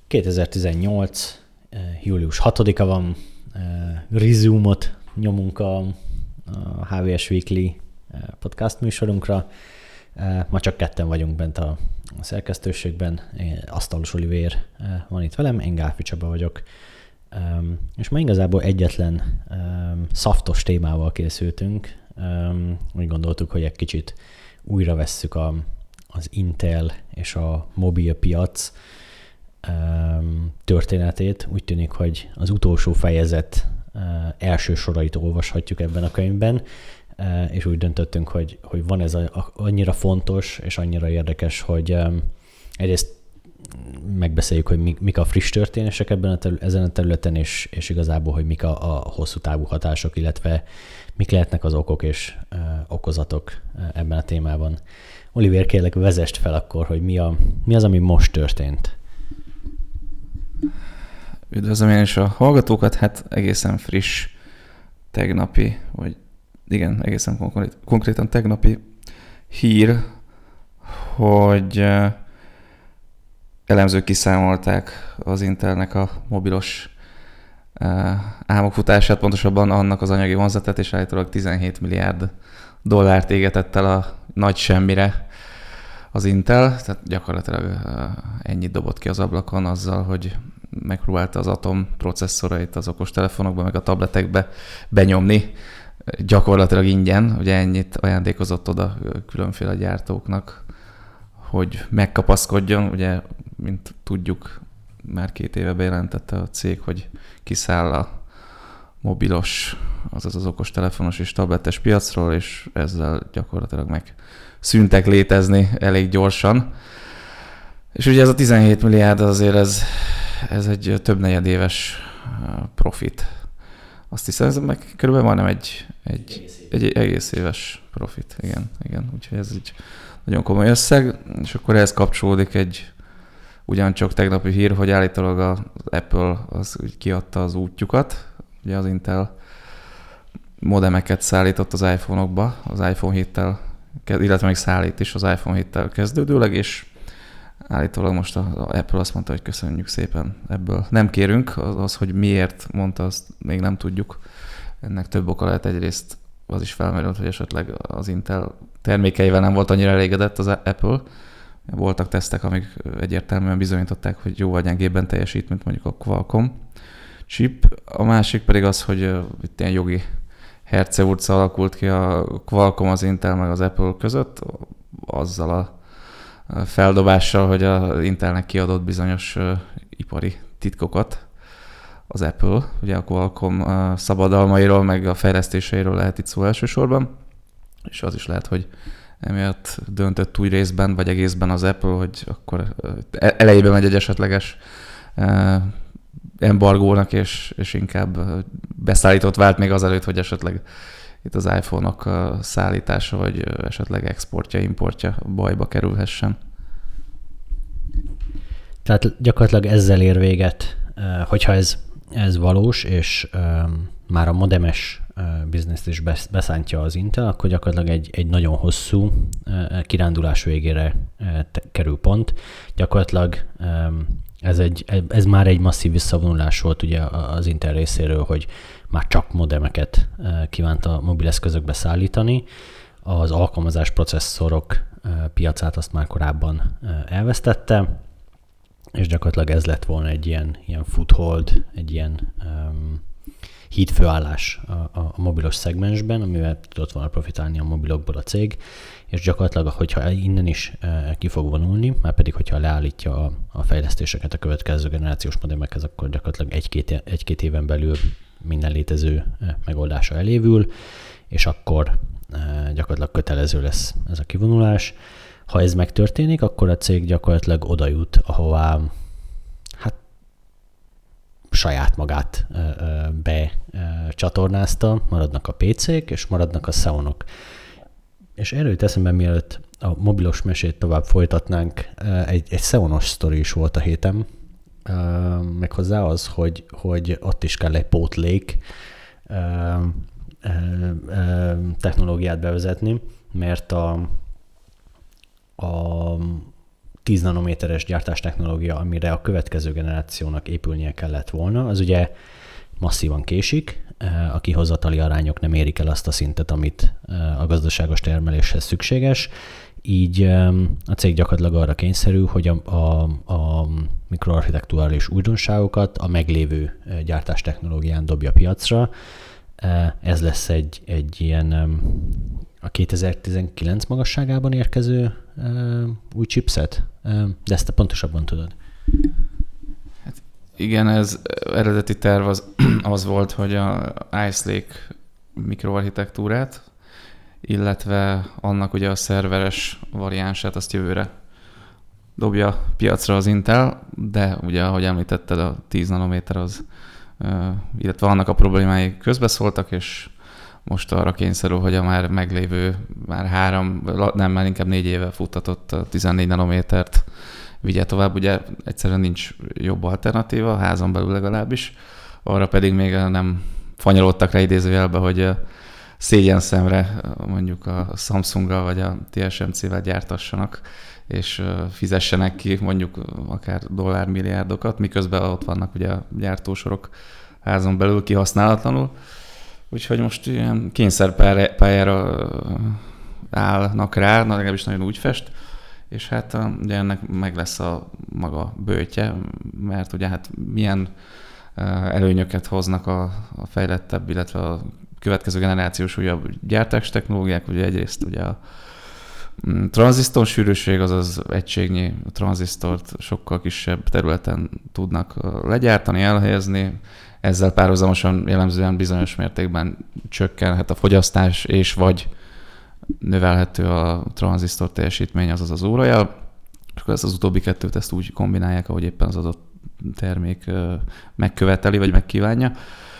2018. július 6-a van, Resume-ot nyomunk a HVS Weekly podcast műsorunkra. Ma csak ketten vagyunk bent a szerkesztőségben. Asztalos Olivér van itt velem, én Gálfi Csaba vagyok. És ma igazából egyetlen szaftos témával készültünk. Úgy gondoltuk, hogy egy kicsit újra vesszük az Intel és a mobilpiac történetét. Úgy tűnik, hogy az utolsó fejezet első sorait olvashatjuk ebben a könyvben, és úgy döntöttünk, hogy van ez annyira fontos és annyira érdekes, hogy egyrészt megbeszéljük, hogy mik a friss történések ezen a területen, és igazából, hogy mik a hosszú távú hatások, illetve mik lehetnek az okok és okozatok ebben a témában. Olivér, kérlek, vezest fel akkor, hogy mi az, ami most történt. Üdvözlöm én is a hallgatókat, hát egészen friss tegnapi, vagy igen, egészen konkrétan tegnapi hír, hogy elemzők kiszámolták az Intelnek a mobilos álmokfutását, pontosabban annak az anyagi vonzatát, és állítólag 17 milliárd dollárt égetett el a nagy semmire az Intel, tehát gyakorlatilag ennyit dobott ki az ablakon azzal, hogy megpróbálta az Atom processzorait az okostelefonokba, meg a tabletekbe benyomni, gyakorlatilag ingyen, ugye ennyit ajándékozott oda különféle gyártóknak, hogy megkapaszkodjon, ugye, mint tudjuk, már 2 éve bejelentette a cég, hogy kiszáll a mobilos, azaz az okostelefonos és tabletes piacról, és ezzel gyakorlatilag megszűntek létezni elég gyorsan. És ugye ez a 17 milliárd azért ez egy több negyedéves profit. Azt hiszem, ez meg körülbelül majdnem egy egész éves profit. Igen. Úgyhogy ez egy nagyon komoly összeg, és akkor ehhez kapcsolódik egy ugyancsak tegnapi hír, hogy állítólag az Apple az úgy kiadta az útjukat. Ugye az Intel modemeket szállított az iPhone-okba, az iPhone 7-tel, illetve még szállít is az iPhone 7-tel kezdődőleg, és állítólag most az Apple azt mondta, hogy köszönjük szépen, ebből nem kérünk. Az, hogy miért mondta, azt még nem tudjuk. Ennek több oka lehet. Egyrészt az is felmerült, hogy esetleg az Intel termékeivel nem volt annyira elégedett az Apple. Voltak tesztek, amik egyértelműen bizonyították, hogy jóval gyengébben teljesít, mint mondjuk a Qualcomm chip. A másik pedig az, hogy itt ilyen jogi herceurca alakult ki a Qualcomm, az Intel meg az Apple között, azzal a feldobással, hogy az Intelnek kiadott bizonyos ipari titkokat az Apple. Ugye a Qualcomm szabadalmairól, meg a fejlesztéseiről lehet itt szó elsősorban, és az is lehet, hogy emiatt döntött úgy részben, vagy egészben az Apple, hogy akkor elejében megy egy esetleges embargónak, és inkább beszállított vált még azelőtt, hogy esetleg itt az iPhone-ok szállítása, vagy esetleg exportja, importja bajba kerülhessen. Tehát gyakorlatilag ezzel ér véget, hogyha ez valós, és már a modemes bizniszt is beszántja az Intel, akkor gyakorlatilag egy nagyon hosszú kirándulás végére kerül pont. Gyakorlatilag ez már egy masszív visszavonulás volt ugye az Intel részéről, hogy már csak modemeket kívánt a mobileszközökbe szállítani. Az alkalmazás processzorok piacát azt már korábban elvesztette, és gyakorlatilag ez lett volna egy ilyen foothold, egy ilyen hídfőállás a mobilos szegmensben, amivel tudott volna profitálni a mobilokból a cég, és gyakorlatilag, hogyha innen is ki fog vonulni, már pedig, hogyha leállítja a fejlesztéseket a következő generációs modemekhez, akkor gyakorlatilag egy-két éven belül minden létező megoldása elévül, és akkor gyakorlatilag kötelező lesz ez a kivonulás. Ha ez megtörténik, akkor a cég gyakorlatilag oda jut, ahová saját magát becsatornázta, maradnak a PC-k, és maradnak a Xeonok. És erről jut eszembe, mielőtt a mobilos mesét tovább folytatnánk, egy Xeonos sztori is volt a héten, méghozzá az, hogy ott is kell egy pótlék technológiát bevezetni, mert a 10 nanométeres gyártástechnológia, amire a következő generációnak épülnie kellett volna, az ugye masszívan késik, a kihozatali arányok nem érik el azt a szintet, amit a gazdaságos termeléshez szükséges, így a cég gyakorlatilag arra kényszerül, hogy a mikroarchitekturális újdonságokat a meglévő gyártástechnológián dobja piacra. Ez lesz egy ilyen a 2019 magasságában érkező új chipset, de ezt te pontosabban tudod. Hát igen, ez eredeti terv az volt, hogy a Ice Lake mikroarchitektúrát, illetve annak ugye a szerveres variánsát azt jövőre dobja piacra az Intel, de ugye, ahogy említetted, a 10 nanométer az, illetve annak a problémái közbeszóltak, és most arra kényszerül, hogy a már meglévő, már inkább 4 éve futtatott 14 nanométert vigye tovább. Ugye egyszerűen nincs jobb alternatíva, a házon belül legalábbis. Arra pedig még nem fanyalodtak rá idézőjelbe, hogy szégyenszemre mondjuk a Samsunggal vagy a TSMC-vel gyártassanak, és fizessenek ki mondjuk akár dollármilliárdokat, miközben ott vannak ugye a gyártósorok házon belül kihasználatlanul. Úgyhogy most ilyen kényszerpályára állnak rá, legalábbis nagyon úgy fest, és hát ugye ennek meg lesz a maga böjtje, mert ugye hát milyen előnyöket hoznak a fejlettebb, illetve a következő generációs újabb gyártás technológiák, ugye egyrészt ugye a tranzisztor sűrűség, azaz egységnyi tranzisztort sokkal kisebb területen tudnak legyártani, elhelyezni, ezzel párhuzamosan jellemzően bizonyos mértékben csökkenhet a fogyasztás, és vagy növelhető a tranzisztor teljesítmény, azaz az órajel. És akkor ezt az utóbbi kettőt ezt úgy kombinálják, ahogy éppen az adott termék megköveteli, vagy megkívánja.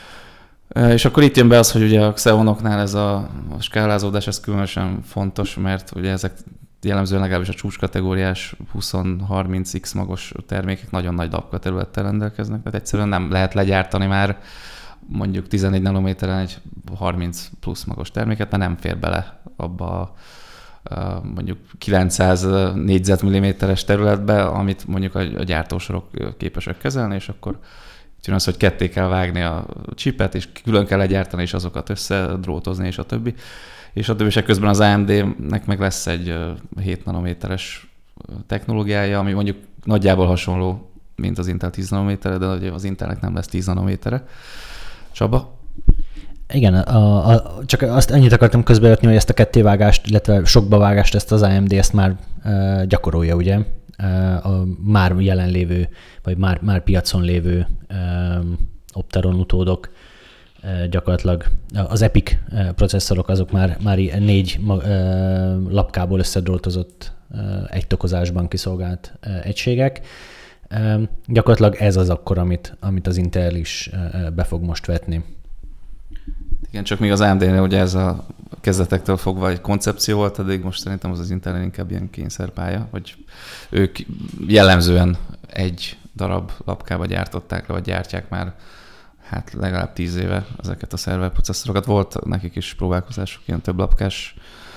És akkor itt jön be az, hogy ugye a Xeonoknál ez a skálázódás, ez különösen fontos, mert ugye ezek jellemzően legalábbis a csúcskategóriás 20-30x magos termékek nagyon nagy lapkaterülettel rendelkeznek, tehát egyszerűen nem lehet legyártani már mondjuk 14 nanométeren egy 30 plusz magos terméket, mert nem fér bele abba mondjuk 900 négyzetmilliméteres területbe, amit mondjuk a gyártósorok képesek kezelni, és akkor jön az, hogy ketté kell vágni a chipet, és külön kell legyártani, és azokat összedrótozni, és a többi. És a többisek közben az AMD-nek meg lesz egy 7 nanométeres technológiája, ami mondjuk nagyjából hasonló, mint az Intel 10 nanométere, de az Intelnek nem lesz 10 nanométere. Csaba? Igen, csak azt annyit akartam közbevetni, hogy ezt a kettévágást, illetve sokbavágást, ezt az AMD ezt már gyakorolja, ugye? A már jelenlévő, vagy már piacon lévő Opteron utódok, gyakorlatilag az EPIC processzorok azok már 4 lapkából összedrótozott egy tokozásban kiszolgált egységek. Gyakorlatilag ez az akkor, amit az Intel is be fog most vetni. Igen, csak még az AMD-nél ugye ez a kezdetektől fogva egy koncepció volt, addig most szerintem az Intel inkább ilyen kényszerpálya, hogy ők jellemzően egy darab lapkába gyártották le, vagy gyártják már hát legalább 10 éve ezeket a szerverprocesszorokat. Volt nekik is próbálkozásuk ilyen több lapkás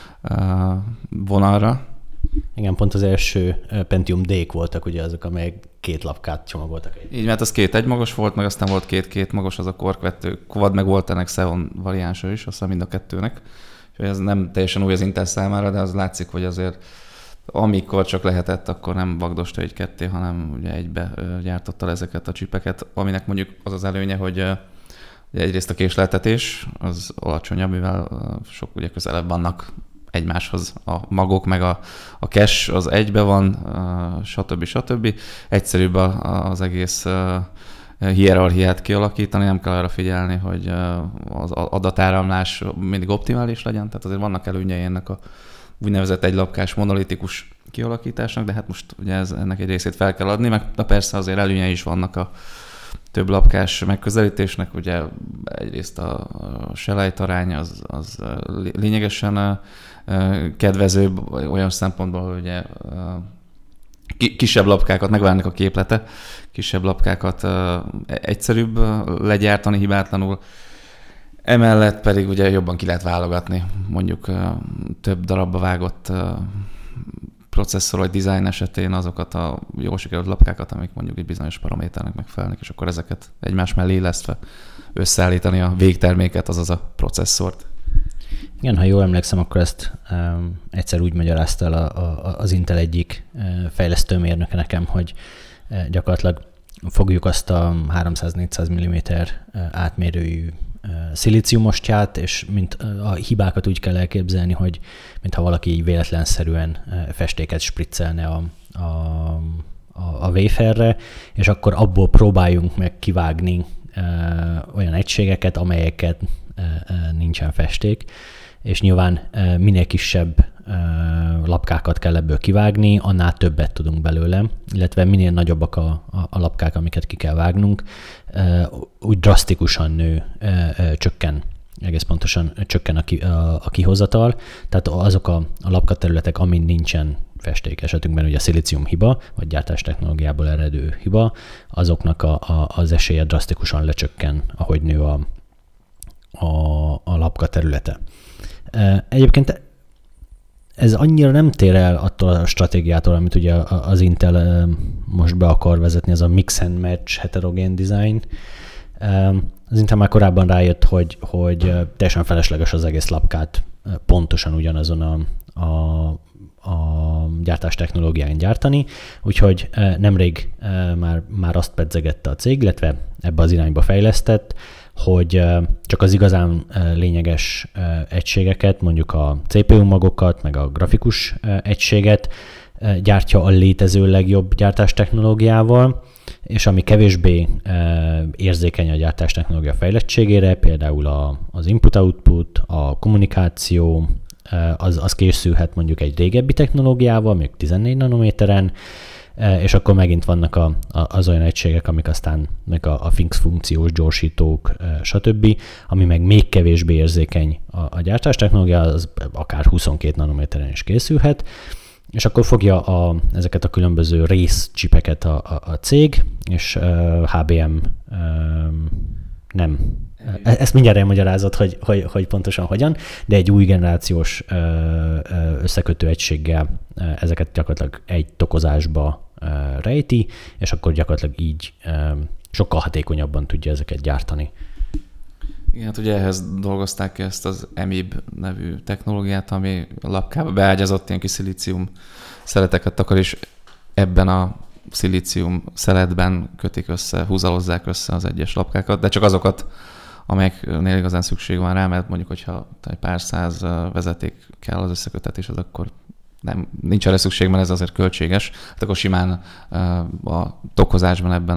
vonalra. Igen, pont az első Pentium D-k voltak ugye azok, amelyek 2 lapkát csomagoltak. Így, mert az 2 egymagos volt, meg aztán volt 2 magos, az a Core 2 Quad, meg volt ennek Xeon variánsa is, aztán mind a kettőnek. És ez nem teljesen új az Intel számára, de az látszik, hogy azért amikor csak lehetett, akkor nem vagdosta egy ketté, hanem ugye egybe gyártotta ezeket a csipeket, aminek mondjuk az az előnye, hogy egyrészt a késleltetés az alacsonyabb, mivel sok ugye közelebb vannak egymáshoz a magok, meg a cache az egybe van, stb. Egyszerűbb az egész hierarchiát kialakítani, nem kell arra figyelni, hogy az adatáramlás mindig optimális legyen, tehát azért vannak előnyei ennek a úgynevezett egylapkás monolitikus kialakításnak, de hát most ugye ennek egy részét fel kell adni, meg persze azért előnyei is vannak a több lapkás megközelítésnek, ugye egyrészt a selejtarány az lényegesen kedvezőbb olyan szempontból, hogy ugye kisebb lapkákat, megválnak a képlete, kisebb lapkákat egyszerűbb legyártani hibátlanul, emellett pedig ugye jobban ki lehet válogatni, mondjuk több darabba vágott processzor vagy design esetén azokat a jól sikerült lapkákat, amik mondjuk egy bizonyos paraméternek megfelelnek, és akkor ezeket egymás mellé illesztve összeállítani a végterméket, azaz a processzort. Igen, ha jól emlékszem, akkor ezt egyszer úgy magyarázta el az Intel egyik fejlesztőmérnöke nekem, hogy gyakorlatilag fogjuk azt a 300-400 mm átmérőjű szilíciumostyát, és mint a hibákat úgy kell elképzelni, hogy mintha valaki így véletlenszerűen festéket spriccelne a waferre, és akkor abból próbáljunk meg kivágni olyan egységeket, amelyeket nincsen festék, és nyilván minél kisebb lapkákat kell ebből kivágni, annál többet tudunk belőle, illetve minél nagyobbak a lapkák, amiket ki kell vágnunk, úgy drasztikusan csökken, egész pontosan csökken a kihozatal, tehát azok a lapkaterületek, amin nincsen festék, esetünkben ugye a szilícium hiba, vagy gyártás technológiából eredő hiba, azoknak az esélye drasztikusan lecsökken, ahogy nő a lapka területe. Egyébként ez annyira nem tér el attól a stratégiától, amit ugye az Intel most be akar vezetni, ez a mix and match heterogén design. Az Intel már korábban rájött, hogy teljesen felesleges az egész lapkát pontosan ugyanazon a gyártás technológián gyártani, úgyhogy nemrég már azt pedzegette a cég, illetve ebbe az irányba fejlesztett, hogy csak az igazán lényeges egységeket, mondjuk a CPU magokat, meg a grafikus egységet gyártja a létező legjobb gyártás technológiával, és ami kevésbé érzékeny a gyártás technológia fejlettségére, például az input-output, a kommunikáció, az készülhet mondjuk egy régebbi technológiával, még 14 nanométeren, és akkor megint vannak az olyan egységek, amik aztán meg a fix funkciós gyorsítók, stb., ami meg még kevésbé érzékeny a gyártás technológia, az akár 22 nanométeren is készülhet, és akkor fogja ezeket a különböző részcsipeket a cég, és HBM nem. Ezt mindjárt elmagyarázod, hogy pontosan hogyan, de egy új generációs összekötő egységgel ezeket gyakorlatilag egy tokozásba rejti, és akkor gyakorlatilag így sokkal hatékonyabban tudja ezeket gyártani. Igen, hát ugye ehhez dolgozták ki ezt az EMIB nevű technológiát, ami a lapkába beágyazott ilyen kis szilícium szeleteket akar, és ebben a szilícium szeletben kötik össze, húzalozzák össze az egyes lapkákat, de csak azokat, amelyeknél igazán szükség van rá, mert mondjuk, hogyha egy pár száz vezeték kell az összekötetéshez, akkor nincs erre szükség, mert ez azért költséges. Hát akkor simán a tokozásban ebben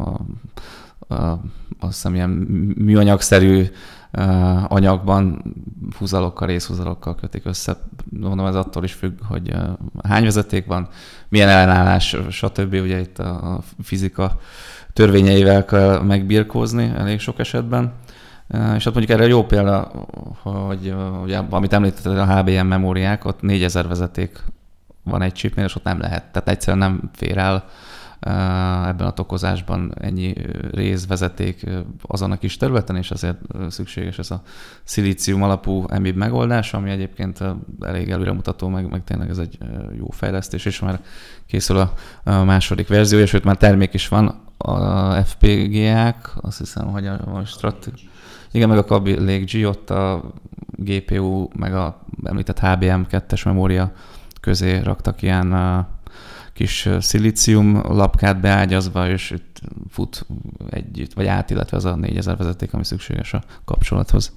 azt hiszem ilyen műanyagszerű anyagban húzalokkal, részhúzalokkal kötik össze. Mondom, ez attól is függ, hogy hány vezeték van, milyen ellenállás, stb. Ugye itt a fizika törvényeivel kell megbirkózni elég sok esetben. És ott mondjuk erre jó példa, hogy ugye, amit említetted, a HBM memóriák, ott 4000 vezeték van egy chipnél, és ott nem lehet. Tehát egyszerűen nem fér el ebben a tokozásban ennyi részvezeték azon a kis területen, és ezért szükséges ez a szilícium alapú EMIB megoldás, ami egyébként elég előremutató, meg tényleg ez egy jó fejlesztés, és már készül a második verzió, sőt már termék is van, a FPGA-k, azt hiszem, hogy a igen, meg a Kaby Lake G, ott a GPU, meg a említett HBM2-es memória közé raktak ilyen kis szilícium lapkát beágyazva, és itt fut együtt, vagy illetve az a 4000 vezeték, ami szükséges a kapcsolathoz.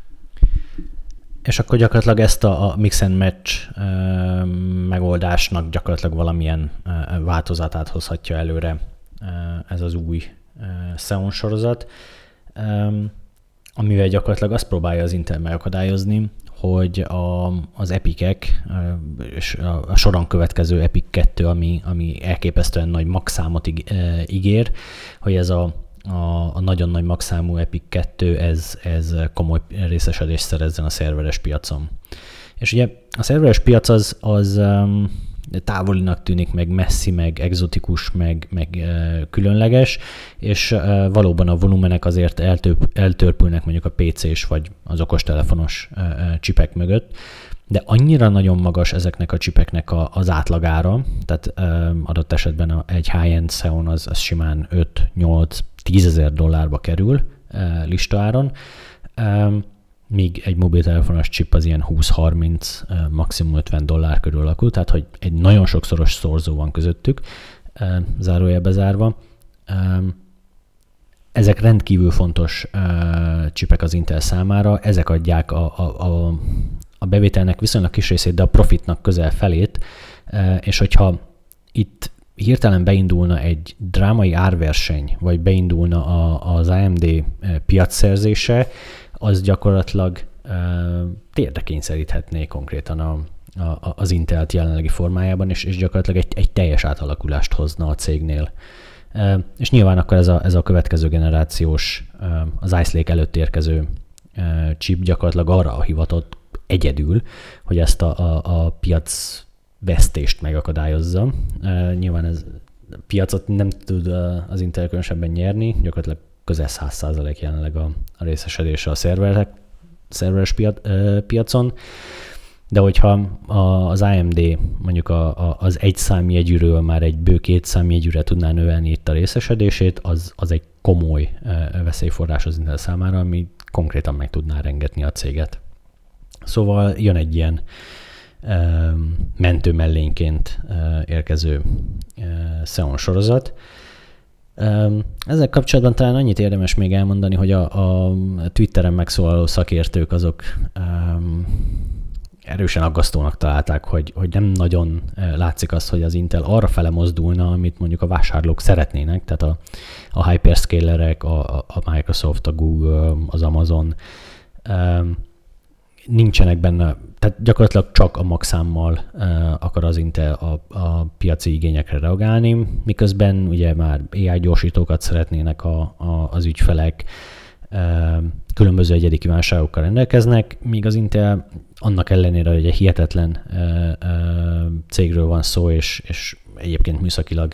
És akkor gyakorlatilag ezt a mix and match megoldásnak gyakorlatilag valamilyen változatát hozhatja előre ez az új Xeon sorozat, amivel gyakorlatilag azt próbálja az Intel megakadályozni, hogy az EPIC-ek és a soron következő EPIC 2, ami elképesztően nagy maxszámot ígér, hogy ez a nagyon nagy maxszámú EPIC 2, ez komoly részesedést szerezzen a szerveres piacon. És ugye a szerveres piac az távolinak tűnik, meg messzi, meg egzotikus, meg különleges, és valóban a volumenek azért eltörpülnek mondjuk a PC-s vagy az okostelefonos csipek mögött, de annyira nagyon magas ezeknek a csipeknek az átlagára, tehát adott esetben egy high-end Xeon az simán 5-8-10 ezer dollárba kerül listaáron, míg egy mobiltelefonos chip az ilyen 20-30, maximum 50 dollár körül alakul, tehát hogy egy nagyon sokszoros szorzó van közöttük, zárójelbe zárva. Ezek rendkívül fontos csipek az Intel számára, ezek adják a bevételnek viszonylag kis részét, de a profitnak közel felét, és hogyha itt hirtelen beindulna egy drámai árverseny, vagy beindulna az AMD piacszerzése, az gyakorlatilag térdre kényszeríthetné konkrétan az Intelt jelenlegi formájában, és gyakorlatilag egy teljes átalakulást hozna a cégnél. És nyilván akkor ez a következő generációs, az Ice Lake előtt érkező chip gyakorlatilag arra hivatott egyedül, hogy ezt a piac vesztést megakadályozza. Nyilván ez a piacot nem tud az Intel különösebben nyerni, gyakorlatilag közel 100% jelenleg a részesedése a szerveres piacon, de hogyha az AMD mondjuk az egy számjegyűről már egy bő 2 számjegyűre tudná növelni itt a részesedését, az egy komoly veszélyforrás az Intel számára, ami konkrétan meg tudná rengetni a céget. Szóval jön egy ilyen mentő mellényként érkező Xeon sorozat. Ezzel kapcsolatban talán annyit érdemes még elmondani, hogy a Twitteren megszólaló szakértők azok erősen aggasztónak találták, hogy nem nagyon látszik az, hogy az Intel arra fele mozdulna, amit mondjuk a vásárlók szeretnének, tehát a hyperscalerek, a Microsoft, a Google, az Amazon nincsenek benne, tehát gyakorlatilag csak a magszámmal akar az Intel a piaci igényekre reagálni, miközben ugye már AI gyorsítókat szeretnének az ügyfelek, különböző egyedi kívánságokkal rendelkeznek, míg az Intel annak ellenére, hogy egy hihetetlen cégről van szó, és egyébként műszakilag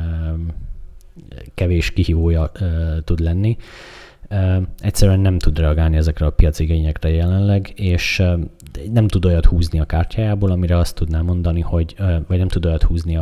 kevés kihívója tud lenni, egyszerűen nem tud reagálni ezekre a piaci igényekre jelenleg, és nem tud olyat húzni a kártyájából, amire azt tudná mondani, hogy, vagy nem tud olyat húzni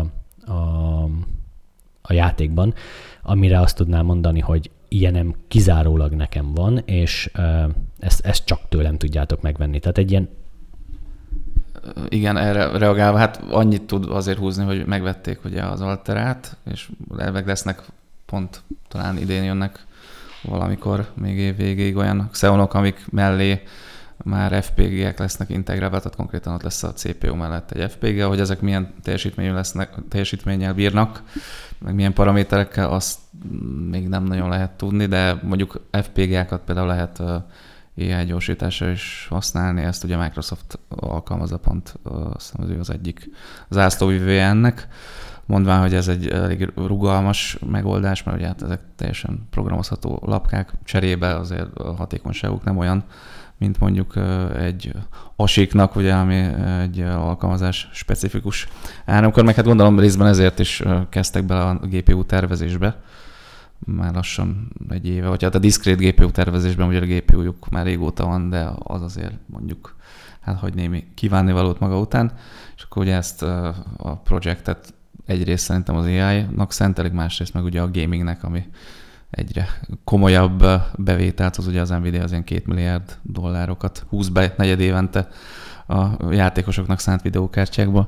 a játékban, amire azt tudná mondani, hogy ilyenem kizárólag nekem van, és ezt csak tőlem tudjátok megvenni. Tehát egy ilyen... Igen, erre reagálva, hát annyit tud azért húzni, hogy megvették ugye az Alterát, és meg lesznek pont talán idén jönnek valamikor még év végéig olyan Xeonok, amik mellé már FPGA-k lesznek integrálva, tehát konkrétan ott lesz a CPU mellett egy FPGA, hogy ezek milyen teljesítménnyel bírnak, meg milyen paraméterekkel, azt még nem nagyon lehet tudni, de mondjuk FPGA-kat például lehet AI gyorsításra is használni, ezt ugye Microsoft alkalmazza pont, azt hiszem, az egyik zászlóvivője ennek, mondván, hogy ez egy elég rugalmas megoldás, mert ugye hát ezek teljesen programozható lapkák, cserébe azért a hatékonyságuk nem olyan, mint mondjuk egy ASIC-nak, ugye, ami egy alkalmazás specifikus áramkör, meg hát gondolom részben ezért is kezdtek bele a GPU tervezésbe, már lassan egy éve, vagy hát a diszkrét GPU tervezésben ugye a GPU-juk már régóta van, de az azért mondjuk hát hogy némi kívánnivalót maga után, és akkor ugye ezt a projektet egyrészt szerintem az AI-nak szentelik, másrészt meg ugye a gamingnek, ami egyre komolyabb bevételt, az ugye az Nvidia az ilyen 2 milliárd dollárokat húz be negyed évente a játékosoknak szánt videókártyákba.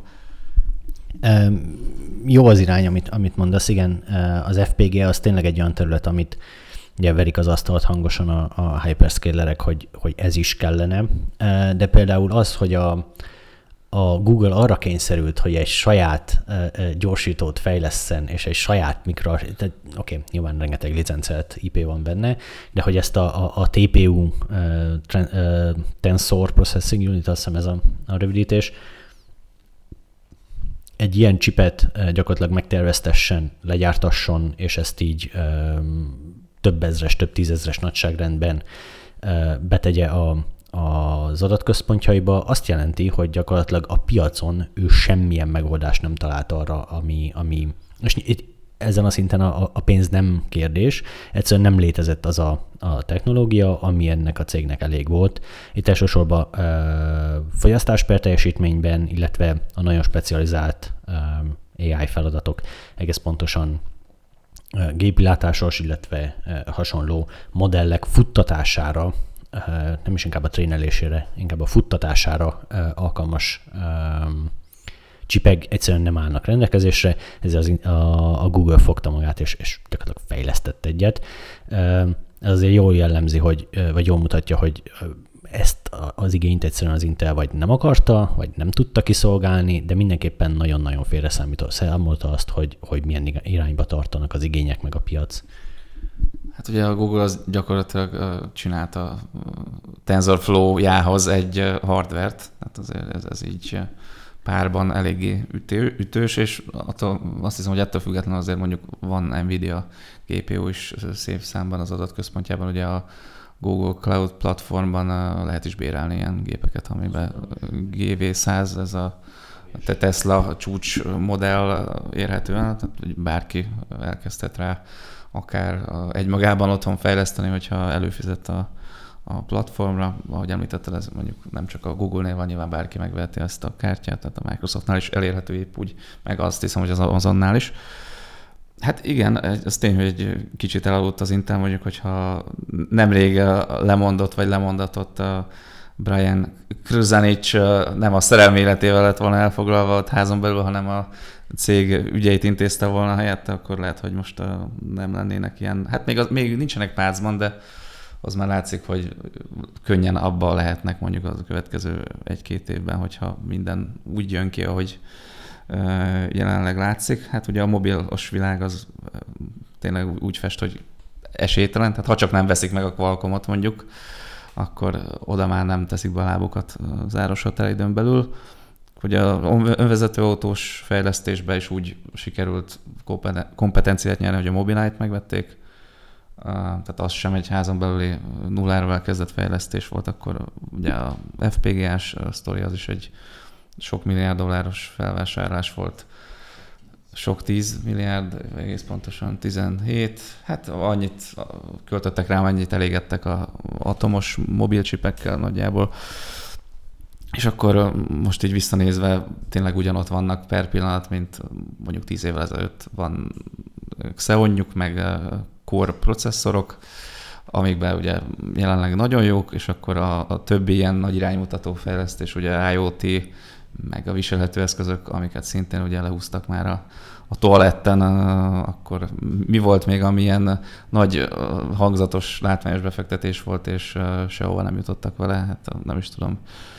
Jó az irány, amit mondasz, igen, az FPGA az tényleg egy olyan terület, amit ugye verik az asztalt hangosan a hyperscalerek, hogy ez is kellene, de például az, hogy a Google arra kényszerült, hogy egy saját gyorsítót fejlesszen, és egy saját oké, nyilván rengeteg licencelt IP van benne, de hogy ezt a TPU, Tensor Processing Unit, azt hiszem ez a rövidítés, egy ilyen chipet gyakorlatilag megterveztessen, legyártasson, és ezt így több ezres, több tízezres nagyságrendben betegye az adatközpontjaiba, azt jelenti, hogy gyakorlatilag a piacon ő semmilyen megoldást nem talált arra, ami és ezen a szinten a pénz nem kérdés, egyszerűen nem létezett az a technológia, ami ennek a cégnek elég volt. Itt elsősorban fogyasztás per teljesítményben, illetve a nagyon specializált AI feladatok, egész pontosan gépilátásos, illetve hasonló modellek futtatására, nem is inkább a trénelésére, inkább a futtatására alkalmas csipek egyszerűen nem állnak rendelkezésre, ezért a Google fogta magát, és gyakorlatilag fejlesztett egyet. Ez azért jól jellemzi, vagy jól mutatja, hogy ezt az igényt egyszerűen az Intel vagy nem akarta, vagy nem tudta kiszolgálni, de mindenképpen nagyon-nagyon számolta azt, hogy milyen irányba tartanak az igények meg a piac. Hát ugye a Google az gyakorlatilag csinálta TensorFlow-jához egy hardvert, tehát azért ez így párban eléggé ütős, és azt hiszem, hogy ettől függetlenül azért mondjuk van Nvidia GPU is szép számban az adatközpontjában, ugye a Google Cloud platformban lehet is bérelni ilyen gépeket, amiben GV100, ez a Tesla csúcs modell érhető el, tehát bárki elkezdhet rá akár egymagában otthon fejleszteni, hogyha előfizet a platformra. Ahogy említetted, ez mondjuk nem csak a Google-nél van, nyilván bárki megveheti ezt a kártyát, tehát a Microsoftnál is elérhető épp úgy, meg azt hiszem, hogy az Amazonnál is. Hát igen, ez tény, hogy egy kicsit elaludt az Intel, mondjuk, hogyha nemrég lemondott, vagy lemondatott a Brian Krzanich nem a szerelmi életével lett volna elfoglalva ott házon belül, hanem a cég ügyeit intézte volna helyette, akkor lehet, hogy most nem lennének ilyen. Hát még nincsenek pácban, de az már látszik, hogy könnyen abba lehetnek mondjuk a következő 1-2 évben, hogyha minden úgy jön ki, ahogy jelenleg látszik. Hát ugye a mobilos világ az tényleg úgy fest, hogy esélytelen, tehát ha csak nem veszik meg a Qualcommot mondjuk, akkor oda már nem teszik be a lábukat záros határidőn belül. Ugye a önvezető autós fejlesztésben is úgy sikerült kompetenciát nyerni, hogy a Mobileye-t megvették. Tehát az sem egy házon belüli nulláról elkezdett fejlesztés volt, akkor ugye a FPGA-s sztori az is egy sok milliárd dolláros felvásárlás volt. Sok 10 milliárd, egész pontosan 17. Hát annyit költöttek rá, annyit elégettek az atomos mobilcsipekkel nagyjából. És akkor most így visszanézve tényleg ugyanott vannak per pillanat, mint mondjuk 10 évvel ezelőtt van Xeonjuk, meg Core processzorok, amikben ugye jelenleg nagyon jók, és akkor a többi ilyen nagy iránymutató fejlesztés, ugye IoT, meg a viselhető eszközök, amiket szintén ugye lehúztak már a toaletten, akkor mi volt még, amilyen nagy hangzatos, látványos befektetés volt, és sehova nem jutottak vele, hát nem is tudom.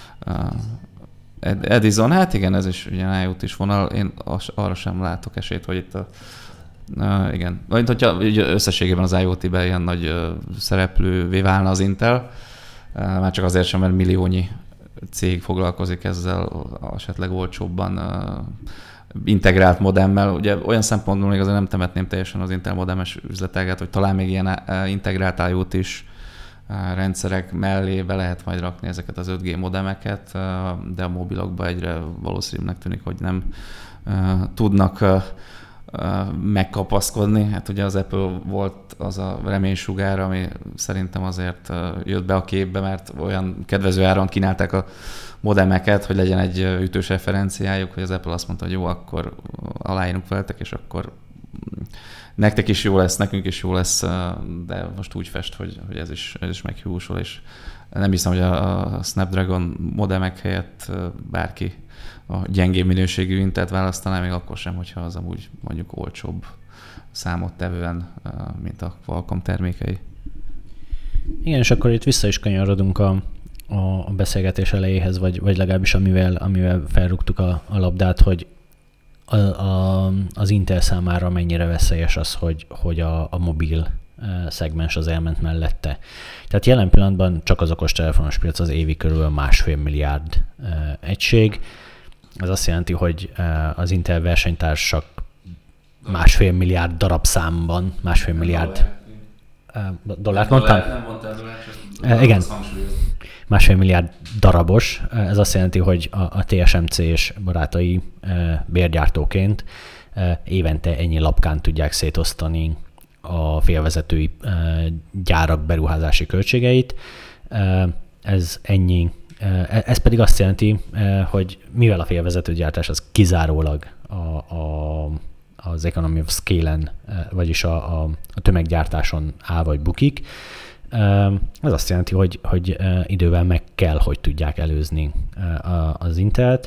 Edison, hát igen, ez is ugye IoT-s vonal, én arra sem látok esélyt, hogy itt igen. Mint hogyha összességében az IoT-ben ilyen nagy szereplővé válna az Intel, már csak azért sem, mert milliónyi cég foglalkozik ezzel esetleg olcsóbban integrált modemmel. Ugye olyan szempontból még azért nem temetném teljesen az Intel modemes üzletágát, hogy talán még ilyen integrált IoT-s rendszerek mellé be lehet majd rakni ezeket az 5G modemeket, de a mobilokban egyre valószínűbbnek tűnik, hogy nem tudnak megkapaszkodni. Hát ugye az Apple volt az a reménysugár, ami szerintem azért jött be a képbe, mert olyan kedvező áron kínálták a modemeket, hogy legyen egy ütős referenciájuk, hogy az Apple azt mondta, hogy jó, akkor aláírunk veletek, és akkor nektek is jó lesz, nekünk is jó lesz, de most úgy fest, hogy ez is meghiúsul, és nem hiszem, hogy a Snapdragon modemek helyett bárki a gyengébb minőségű Intelt választaná, még akkor sem, hogyha az amúgy mondjuk olcsóbb számottevően, mint a Qualcomm termékei. Igen, és akkor itt vissza is kanyarodunk a beszélgetés elejéhez, vagy legalábbis amivel felrúgtuk a labdát, hogy az Intel számára mennyire veszélyes az, hogy a mobil szegmens az elment mellette. Tehát jelen pillanatban csak az okostelefonos piac az évi körül 1,5 milliárd egység. Ez azt jelenti, hogy az Intel versenytársak 1,5 milliárd darabszámban, 1,5 milliárd dollárt mondtam? Nem mondtál dollárt, igen. 1,5 milliárd darabos. Ez azt jelenti, hogy a TSMC és barátai bérgyártóként évente ennyi lapkán tudják szétosztani a félvezetői gyárak beruházási költségeit. Ez ennyi. Ez pedig azt jelenti, hogy mivel a félvezetőgyártás az kizárólag az economy of scale-en, vagyis a tömeggyártáson áll vagy bukik, ez azt jelenti, hogy idővel meg kell, hogy tudják előzni az Intelt.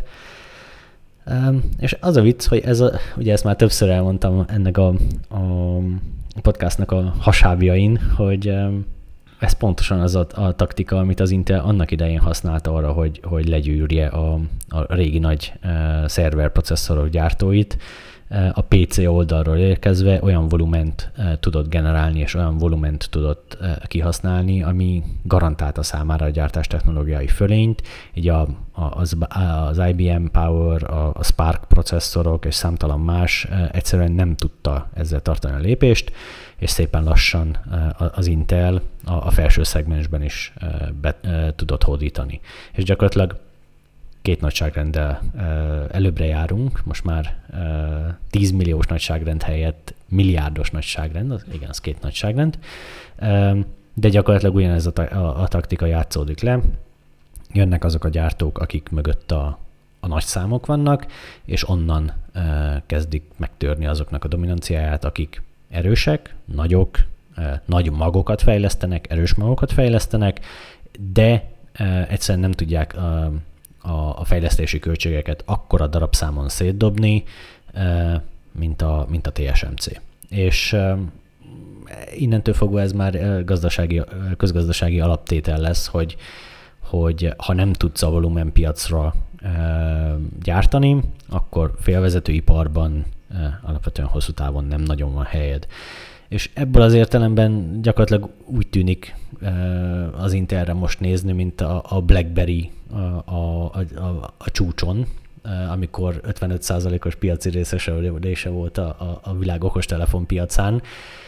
És az a vicc, hogy ugye ezt már többször elmondtam ennek a podcastnak a hasábjain, hogy ez pontosan az a taktika, amit az Intel annak idején használta arra, hogy legyűrje a régi nagy szerverprocesszorok gyártóit. A PC oldalról érkezve olyan volument tudott generálni, és olyan volument tudott kihasználni, ami garantálta számára a gyártás technológiai fölényt. Így az IBM Power, a Spark processzorok és számtalan más egyszerűen nem tudta ezzel tartani a lépést, és szépen lassan az Intel a felső szegmensben is tudott hódítani. És gyakorlatilag 2 nagyságrenddel előbbre járunk, most már 10 milliós nagyságrend helyett milliárdos nagyságrend, igen, az 2 nagyságrend, de gyakorlatilag ugyanez a taktika játszódik le. Jönnek azok a gyártók, akik mögött a nagy számok vannak, és onnan kezdik megtörni azoknak a dominanciáját, akik erősek, nagyok, nagy magokat fejlesztenek, erős magokat fejlesztenek, de egyszerűen nem tudják a fejlesztési költségeket akkora darabszámon szétdobni, mint a TSMC. És innentől fogva ez már közgazdasági alaptétel lesz, hogy ha nem tudsz a volumenpiacra gyártani, akkor félvezetőiparban alapvetően hosszú távon nem nagyon van helyed. És ebből az értelemben gyakorlatilag úgy tűnik az Intelre most nézni, mint a BlackBerry a csúcson, amikor 55%-os piaci részesedése volt a világ okostelefon piacán.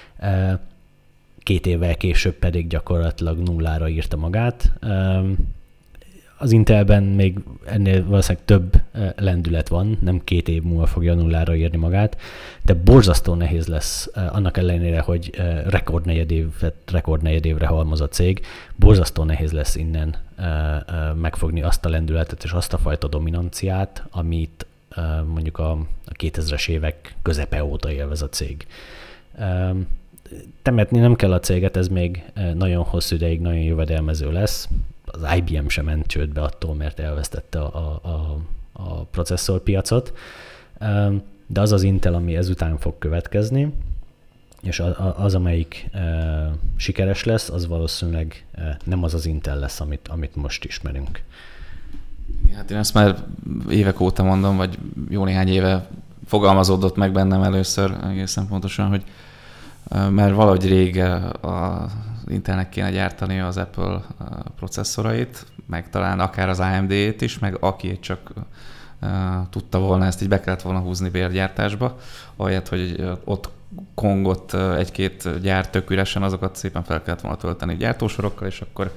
2 évvel később pedig gyakorlatilag nullára írta magát. Az Intelben még ennél valószínűleg több lendület van, nem 2 év múlva fogja nullára írni magát, de borzasztó nehéz lesz, annak ellenére, hogy rekordnegyedévre halmoz a cég, borzasztó nehéz lesz innen megfogni azt a lendületet és azt a fajta dominanciát, amit mondjuk a 2000-es évek közepe óta élvez a cég. Temetni nem kell a céget, ez még nagyon hosszú ideig nagyon jövedelmező lesz. Az IBM sem ment csődbe attól, mert elvesztette a processzorpiacot, de az Intel, ami ezután fog következni, és az, amelyik sikeres lesz, az valószínűleg nem az Intel lesz, amit most ismerünk. Hát én ezt már évek óta mondom, vagy jó néhány éve fogalmazódott meg bennem először egészen pontosan, hogy mert valahogy rég az Intelnek kéne gyártani az Apple processzorait, meg talán akár az AMD-t is, meg aki csak tudta volna, ezt így be kellett volna húzni bérgyártásba, ahelyett, hogy ott kongott 1-2 gyár tök üresen, azokat szépen fel kellett volna tölteni gyártósorokkal, és akkor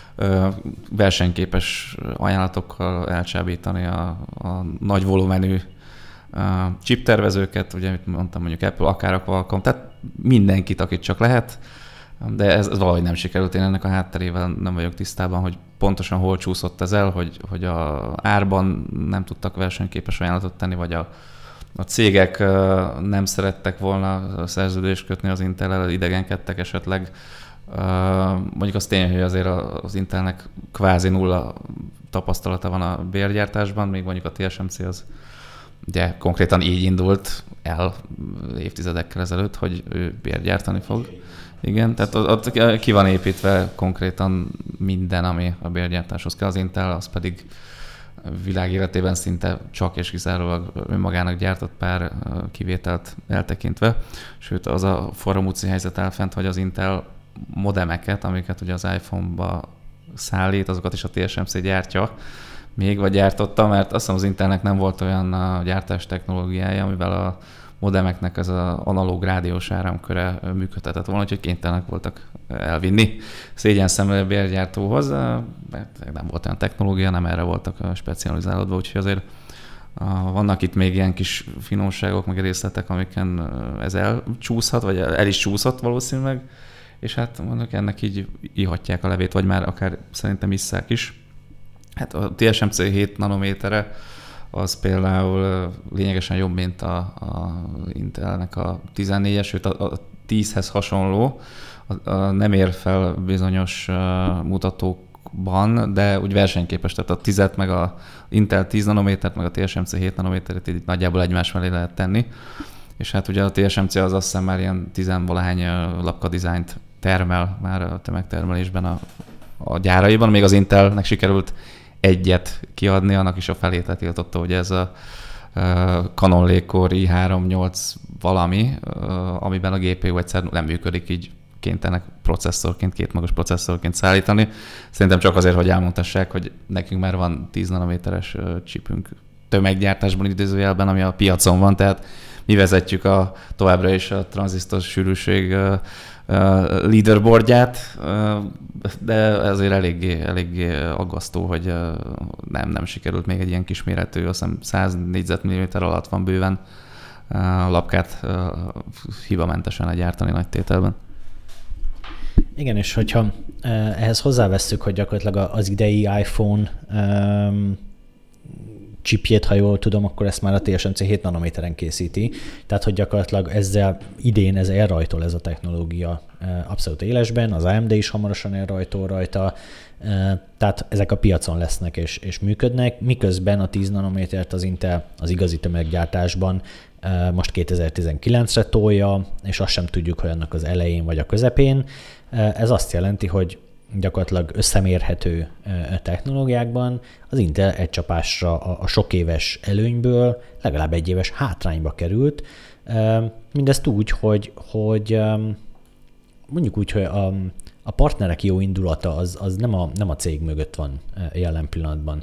versenyképes ajánlatokkal elcsábítani a nagy volumenű chiptervezőket, ugye, amit mondtam, mondjuk Apple, akár a Qualcomm, tehát mindenkit, akit csak lehet, de ez valahogy nem sikerült. Én ennek a hátterével nem vagyok tisztában, hogy pontosan hol csúszott ez el, hogy a árban nem tudtak versenyképes ajánlatot tenni, vagy a cégek nem szerettek volna szerződést kötni az Intellel, idegenkedtek esetleg. Mondjuk az tény, hogy azért az Intelnek kvázi nulla tapasztalata van a bérgyártásban, még mondjuk a TSMC az ugye konkrétan így indult el évtizedekkel ezelőtt, hogy ő bérgyártani fog. Igen, tehát ott ki van építve konkrétan minden, ami a bérgyártáshoz kell. Az Intel, az pedig világéletében szinte csak és kizárólag önmagának gyártott, pár kivételt eltekintve. Sőt, az a forró-muci helyzet áll fent, hogy az Intel modemeket, amiket ugye az iPhone-ba szállít, azokat is a TSMC gyártja még, vagy gyártotta, mert azt hiszem az Intelnek nem volt olyan gyártás technológiája, amivel a modemeknek ez az analóg rádiós áramköre működhetett volna, úgyhogy kénytelenek voltak elvinni szégyenszemre a bérgyártóhoz, mert nem volt olyan technológia, nem erre voltak specializálódva, úgyhogy azért Vannak itt még ilyen kis finomságok, meg részletek, amiken ez elcsúszhat, vagy el is csúszott valószínűleg, és hát mondjuk ennek így ihatják a levét, vagy már akár szerintem isszák is. Hát a TSMC 7 nanométere az például lényegesen jobb, mint a Intelnek a 14-es, sőt a 10-hez hasonló. Nem ér fel bizonyos mutatókban, de úgy versenyképes, tehát a 10-et, meg a Intel 10 nanométert, meg a TSMC 7 nanométeret így nagyjából egymás mellé lehet tenni. És hát ugye a TSMC az azt hiszem már ilyen 10-valahány lapka dizájnt termel már a tömegtermelésben a gyáraiban, még az Intelnek sikerült egyet kiadni, annak is a felét tiltotta, hogy ez a Canon Lake-Core i3-8 valami, amiben a GPU egyszer nem működik, így kénytelenek processzorként, kétmagos processzorként szállítani. Szerintem csak azért, hogy elmondhassák, hogy nekünk már van 10 nanométeres chipünk tömeggyártásban idézőjelben, ami a piacon van, tehát mi vezetjük továbbra is a tranzisztor sűrűség leaderboardját, de ezért eléggé aggasztó, hogy nem sikerült még egy ilyen kisméretű, azt hiszem 100 négyzetmilliméter alatt van bőven lapkát hibamentesen gyártani nagy tételben. Igen, és hogyha ehhez hozzávesszük, hogy gyakorlatilag az idei iPhone chipjét, ha jól tudom, akkor ezt már a TSMC 7 nanométeren készíti. Tehát, hogy gyakorlatilag idén ez elrajtol ez a technológia abszolút élesben, az AMD is hamarosan elrajtol rajta, tehát ezek a piacon lesznek és működnek, miközben a 10 nanométert az Intel az igazi tömeggyártásban most 2019-re tolja, és azt sem tudjuk, hogy annak az elején vagy a közepén. Ez azt jelenti, hogy gyakorlatilag összemérhető technológiákban az Intel egy csapásra a sok éves előnyből legalább egy éves hátrányba került. Mindezt úgy, hogy mondjuk úgy, hogy a partnerek jó indulata az nem a cég mögött van jelen pillanatban.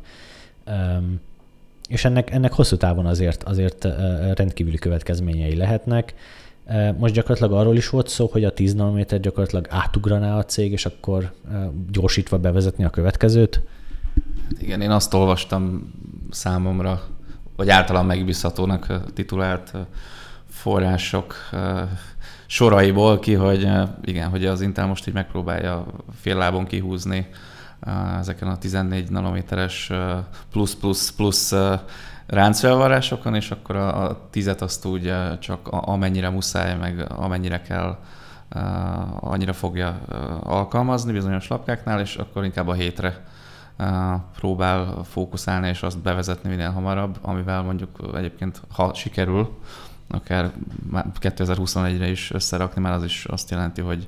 És ennek hosszú távon azért rendkívüli következményei lehetnek. Most gyakorlatilag arról is volt szó, hogy a 10 nanométer gyakorlatilag átugraná a cég, és akkor gyorsítva bevezetni a következőt? Igen, én azt olvastam számomra, vagy általán megbízhatónak titulált források soraiból ki, hogy igen, hogy az Intel most így megpróbálja fél lábon kihúzni ezeken a 14 nanométeres plusz ráncfelvarrásokon, és akkor a 10-et azt úgy csak amennyire muszáj, meg amennyire kell, annyira fogja alkalmazni bizonyos lapkáknál, és akkor inkább a 7-re próbál fókuszálni, és azt bevezetni minél hamarabb, amivel mondjuk egyébként, ha sikerül, akár 2021-re is összerakni, már az is azt jelenti, hogy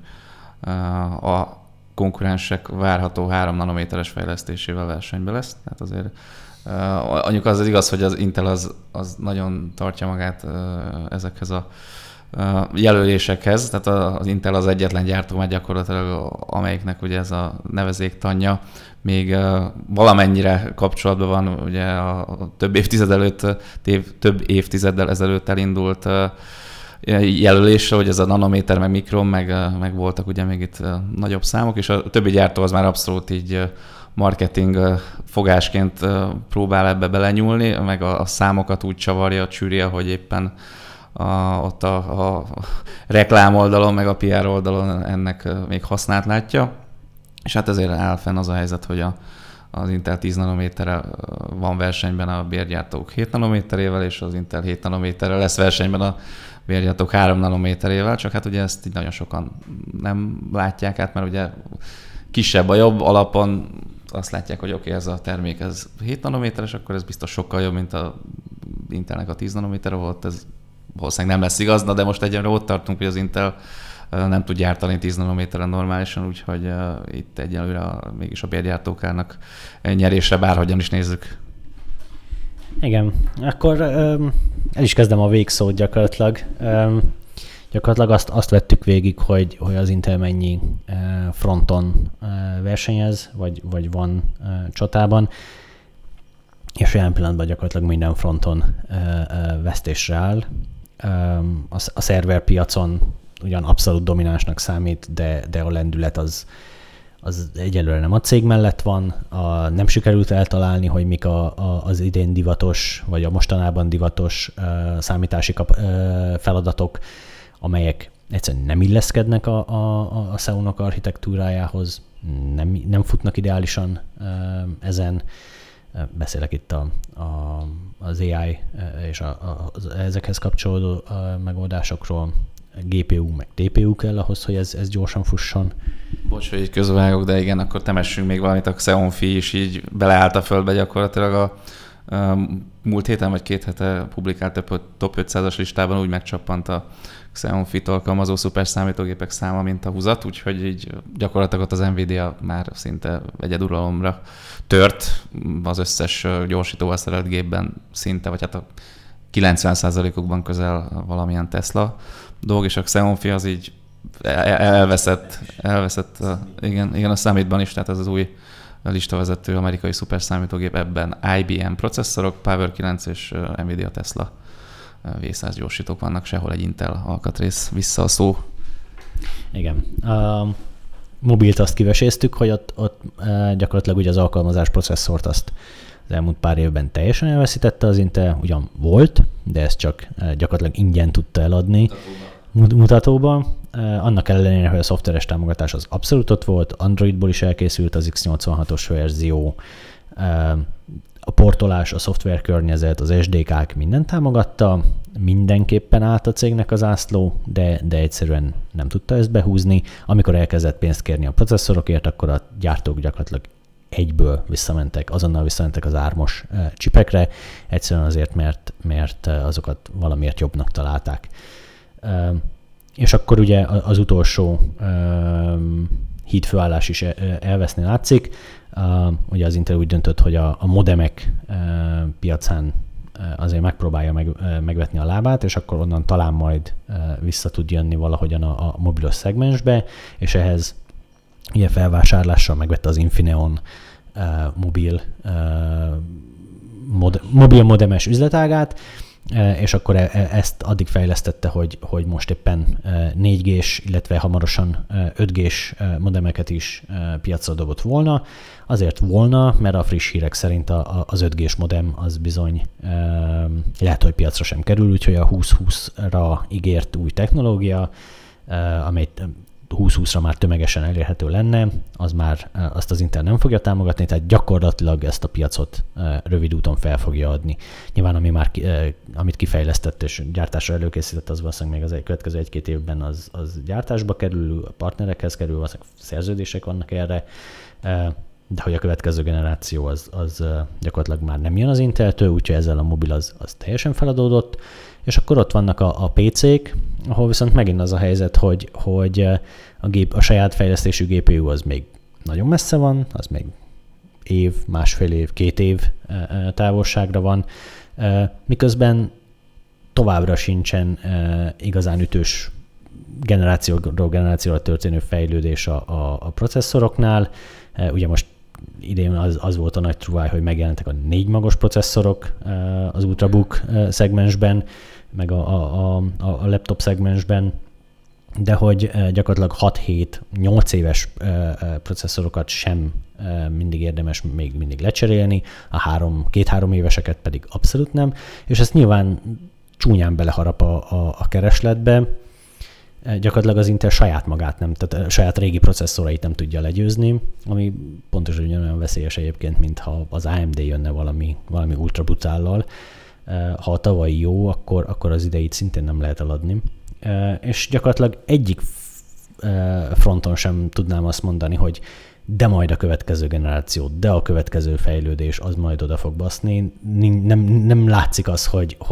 a konkurensek várható 3 nanométeres fejlesztésével versenyben lesz. Tehát azért anyuk az igaz, hogy az Intel az nagyon tartja magát ezekhez a jelölésekhez. Tehát az Intel az egyetlen gyártó már gyakorlatilag, amelyiknek ugye ez a nevezéktanja még valamennyire kapcsolatban van ugye a több évtizeddel ezelőtt elindult jelölésre, hogy ez a nanométer, meg mikron, meg voltak ugye még itt nagyobb számok, és a többi gyártó az már abszolút így marketing fogásként próbál ebbe belenyúlni, meg a számokat úgy csavarja, csűrje, hogy éppen ott a reklám oldalon, meg a PR oldalon ennek még hasznát látja. És hát ezért áll fenn az a helyzet, hogy az Intel 10 nanométerrel van versenyben a bérgyártók 7 nanométerével, és az Intel 7 nanométerrel lesz versenyben a bérgyártók 3 nanométerével, csak hát ugye ezt így nagyon sokan nem látják át, mert ugye kisebb a jobb alapon azt látják, hogy oké, ez a termék ez 7 nanométeres, akkor ez biztos sokkal jobb, mint a Intelnek a 10 nanométer volt, ez valószínűleg nem lesz igaz, de most egyenlőre ott tartunk, hogy az Intel nem tud gyártani 10 nanométeren normálisan, úgyhogy itt egyelőre mégis a bérgyártók állnak nyerésre, bárhogyan is nézzük. Igen, akkor el is kezdem a végszót gyakorlatilag. Gyakorlatilag azt vettük végig, hogy az Intel mennyi fronton versenyez, vagy van csatában, és jelen pillanatban gyakorlatilag minden fronton vesztésre áll. A szerverpiacon ugyan abszolút dominánsnak számít, de a lendület az az egyelőre nem a cég mellett van, nem sikerült eltalálni, hogy mik az idén divatos, vagy a mostanában divatos számítási feladatok, amelyek egyszerűen nem illeszkednek a SEO-nak architektúrájához, nem futnak ideálisan ezen. Beszélek itt az AI és ezekhez kapcsolódó megoldásokról. GPU meg TPU kell ahhoz, hogy ez gyorsan fusson. Bocs, hogy így közvágok, de igen, akkor temessünk még valamit. A Xeonphi is így beleállt a földbe gyakorlatilag a múlt héten vagy 2 hete publikált top 500-as listában úgy megcsappant a Xeonphi-t alkalmazó szuperszámítógépek száma, mint a húzat, úgyhogy így gyakorlatilag ott az Nvidia már szinte egyeduralomra tört az összes gyorsítóval szerelt gépben szinte, vagy hát a 90%-ukban közel valamilyen Tesla dolg, és a Xeonphi az így elveszett igen, a Summitban is, tehát ez az új listavezető amerikai szuperszámítógép, ebben IBM processzorok, Power 9 és Nvidia Tesla V100 gyorsítók vannak, sehol egy Intel alkatrész, vissza a szó. Igen. Mobilt azt kiveséztük, hogy ott gyakorlatilag ugye az alkalmazás processzort azt az elmúlt pár évben teljesen elveszítette az Intel, ugyan volt, de ezt csak gyakorlatilag ingyen tudta eladni mutatóban. Annak ellenére, hogy a szoftveres támogatás az abszolút ott volt, Androidból is elkészült az X86-os verzió, a portolás, a szoftverkörnyezet, az SDK-k mindent támogatta, mindenképpen állt a cégnek az ászló, de egyszerűen nem tudta ezt behúzni. Amikor elkezdett pénzt kérni a processzorokért, akkor a gyártók gyakorlatilag egyből azonnal visszamentek az ARM-os csipekre, egyszerűen azért, mert azokat valamiért jobbnak találták. És akkor ugye az utolsó hídfőállás is elveszni látszik. Ugye az Intel úgy döntött, hogy a modemek piacán azért megpróbálja megvetni a lábát, és akkor onnan talán majd vissza tud jönni valahogyan a mobilos szegmensbe, és ehhez ugye felvásárlással megvette az Infineon mobil modemes üzletágát, és akkor ezt addig fejlesztette, hogy most éppen 4G-s, illetve hamarosan 5G-s modemeket is piacra dobott volna. Azért volna, mert a friss hírek szerint az 5G-s modem az bizony lehet, hogy piacra sem kerül, úgyhogy a 2020-ra ígért új technológia, amely 2020-ra már tömegesen elérhető lenne, azt az Intel nem fogja támogatni, tehát gyakorlatilag ezt a piacot rövid úton fel fogja adni. Nyilván amit kifejlesztett és gyártásra előkészített, az valószínűleg még az következő 1-2 évben az gyártásba kerül, a partnerekhez kerül, valószínűleg szerződések vannak erre, de hogy a következő generáció az gyakorlatilag már nem jön az Inteltől, úgyhogy ezzel a mobil az teljesen feladódott, és akkor ott vannak a PC-k, ahol viszont megint az a helyzet, hogy a saját fejlesztésű GPU az még nagyon messze van, az még másfél év, 2 év távolságra van, miközben továbbra sincsen igazán ütős generációról generációra történő fejlődés a processzoroknál. Ugye most idén az volt a nagy truváj, hogy megjelentek a 4 magos processzorok az Ultrabook szegmensben, meg a laptop szegmensben, de hogy gyakorlatilag 6-7-8 éves processzorokat sem mindig érdemes még mindig lecserélni, a 2-3 éveseket pedig abszolút nem, és ezt nyilván csúnyán beleharap a keresletbe. Gyakorlatilag az Intel saját magát tehát saját régi processzorait nem tudja legyőzni, ami pontosan ugyanolyan veszélyes egyébként, mintha az AMD jönne valami ultra brutállal. Ha a tavalyi jó, akkor az ideit szintén nem lehet eladni. És gyakorlatilag egyik fronton sem tudnám azt mondani, hogy de majd a következő generáció, de a következő fejlődés az majd oda fog baszni. Nem látszik az,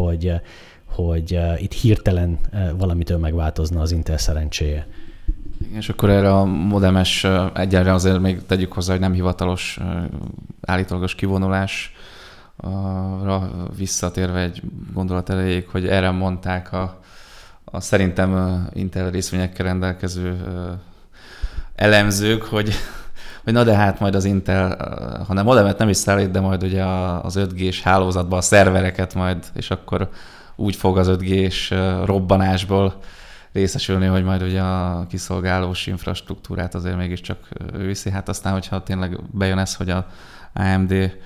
hogy itt hirtelen valamitől megváltozna az Intel szerencséje. Igen, és akkor erre a modemes, egyenre azért még tegyük hozzá, hogy nem hivatalos állítólagos kivonulásra visszatérve egy gondolat erejéig, hogy erre mondták a szerintem Intel részvényekkel rendelkező elemzők, hogy na de hát majd az Intel, hanem modemet nem is szállít, de majd ugye az 5G-s hálózatban a szervereket majd, és akkor úgy fog az 5G-s robbanásból részesülni, hogy majd ugye a kiszolgálós infrastruktúrát azért mégiscsak ő viszi. Hát aztán, hogyha tényleg bejön ez, hogy a AMD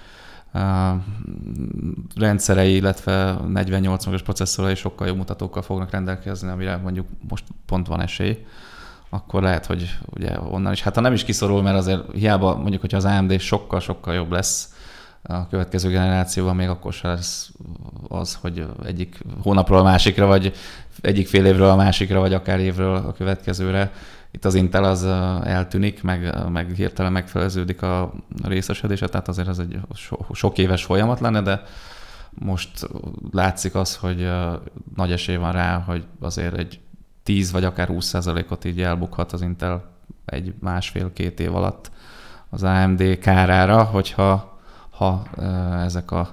rendszerei, illetve 48 magos processzorai sokkal jobb mutatókkal fognak rendelkezni, amire mondjuk most pont van esély, akkor lehet, hogy ugye onnan is, hát ha nem is kiszorul, mert azért hiába mondjuk, hogyha az AMD sokkal-sokkal jobb lesz a következő generációban, még akkor sem lesz az, hogy egyik hónapról a másikra, vagy egyik fél évről a másikra, vagy akár évről a következőre. Itt az Intel az eltűnik, meg hirtelen megfeleződik a részesedése, tehát azért ez egy sok éves folyamat lenne, de most látszik az, hogy nagy esély van rá, hogy azért egy 10 vagy akár 20%-ot így elbukhat az Intel egy másfél-két év alatt az AMD kárára, hogyha ezek a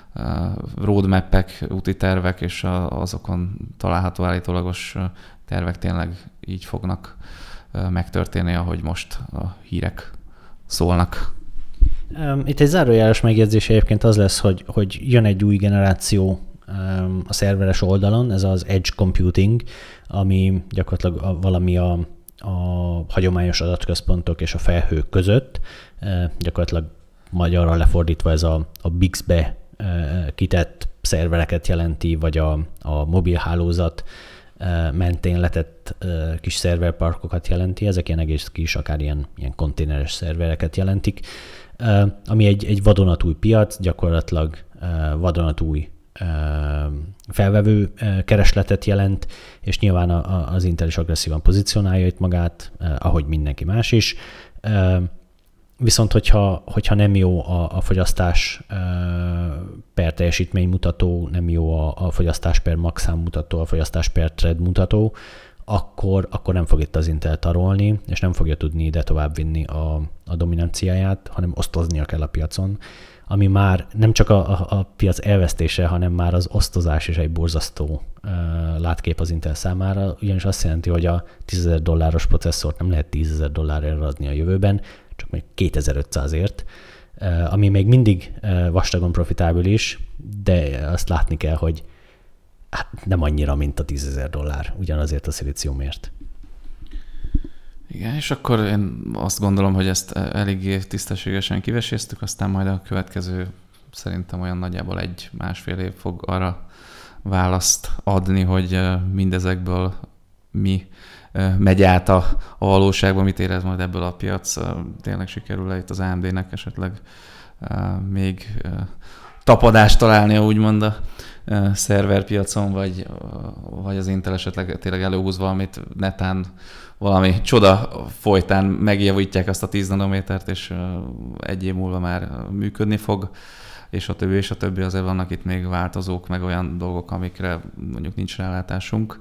roadmap-ek, úti tervek és azokon található állítólagos tervek tényleg így fognak megtörténni, ahogy most a hírek szólnak. Itt egy zárójeles megjegyzés egyébként az lesz, hogy jön egy új generáció a szerveres oldalon, ez az Edge Computing, ami gyakorlatilag valami a hagyományos adatközpontok és a felhők között, gyakorlatilag magyarra lefordítva ez a BICS-be kitett szervereket jelenti, vagy a mobilhálózat mentén letett kis szerverparkokat jelenti, ezek ilyen egész kis, akár ilyen konténeres szervereket jelentik, ami egy vadonatúj piac, gyakorlatilag vadonatúj felvevő keresletet jelent, és nyilván az Intel is agresszívan pozícionálja itt magát, ahogy mindenki más is. Viszont hogyha nem jó a fogyasztás per teljesítménymutató, nem jó a fogyasztás per maxszám mutató, a fogyasztás per thread mutató, akkor nem fog itt az Intel tarolni, és nem fogja tudni ide továbbvinni a dominanciáját, hanem osztoznia kell a piacon, ami már nem csak a piac elvesztése, hanem már az osztozás is egy borzasztó látkép az Intel számára, ugyanis azt jelenti, hogy a $10,000 processzort nem lehet $10,000 adni a jövőben, csak még 2500-ért, ami még mindig vastagon profitábilis, de azt látni kell, hogy hát nem annyira, mint a $10,000 ugyanazért a szilíciumért. Igen, és akkor én azt gondolom, hogy ezt eléggé tisztességesen kiveséztük, aztán majd a következő szerintem olyan nagyjából 1-1,5 év fog arra választ adni, hogy mindezekből mi megy át a valóságban, mit érez majd ebből a piac. Tényleg sikerül-e itt az AMD-nek esetleg még tapadást találnia, úgymond a szerverpiacon, vagy az Intel esetleg tényleg előhúz valamit, netán valami csoda folytán megjavítják azt a 10 nanométert, és egy év múlva már működni fog, és a többi azért vannak itt még változók, meg olyan dolgok, amikre mondjuk nincs rálátásunk.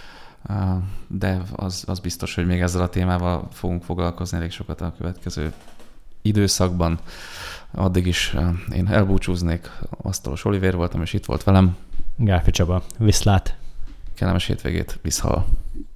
De az biztos, hogy még ezzel a témával fogunk foglalkozni elég sokat a következő időszakban. Addig is én elbúcsúznék, Asztalos Olivér voltam, és itt volt velem Gálfi Csaba. Viszlát! Kellemes hétvégét, viszhal!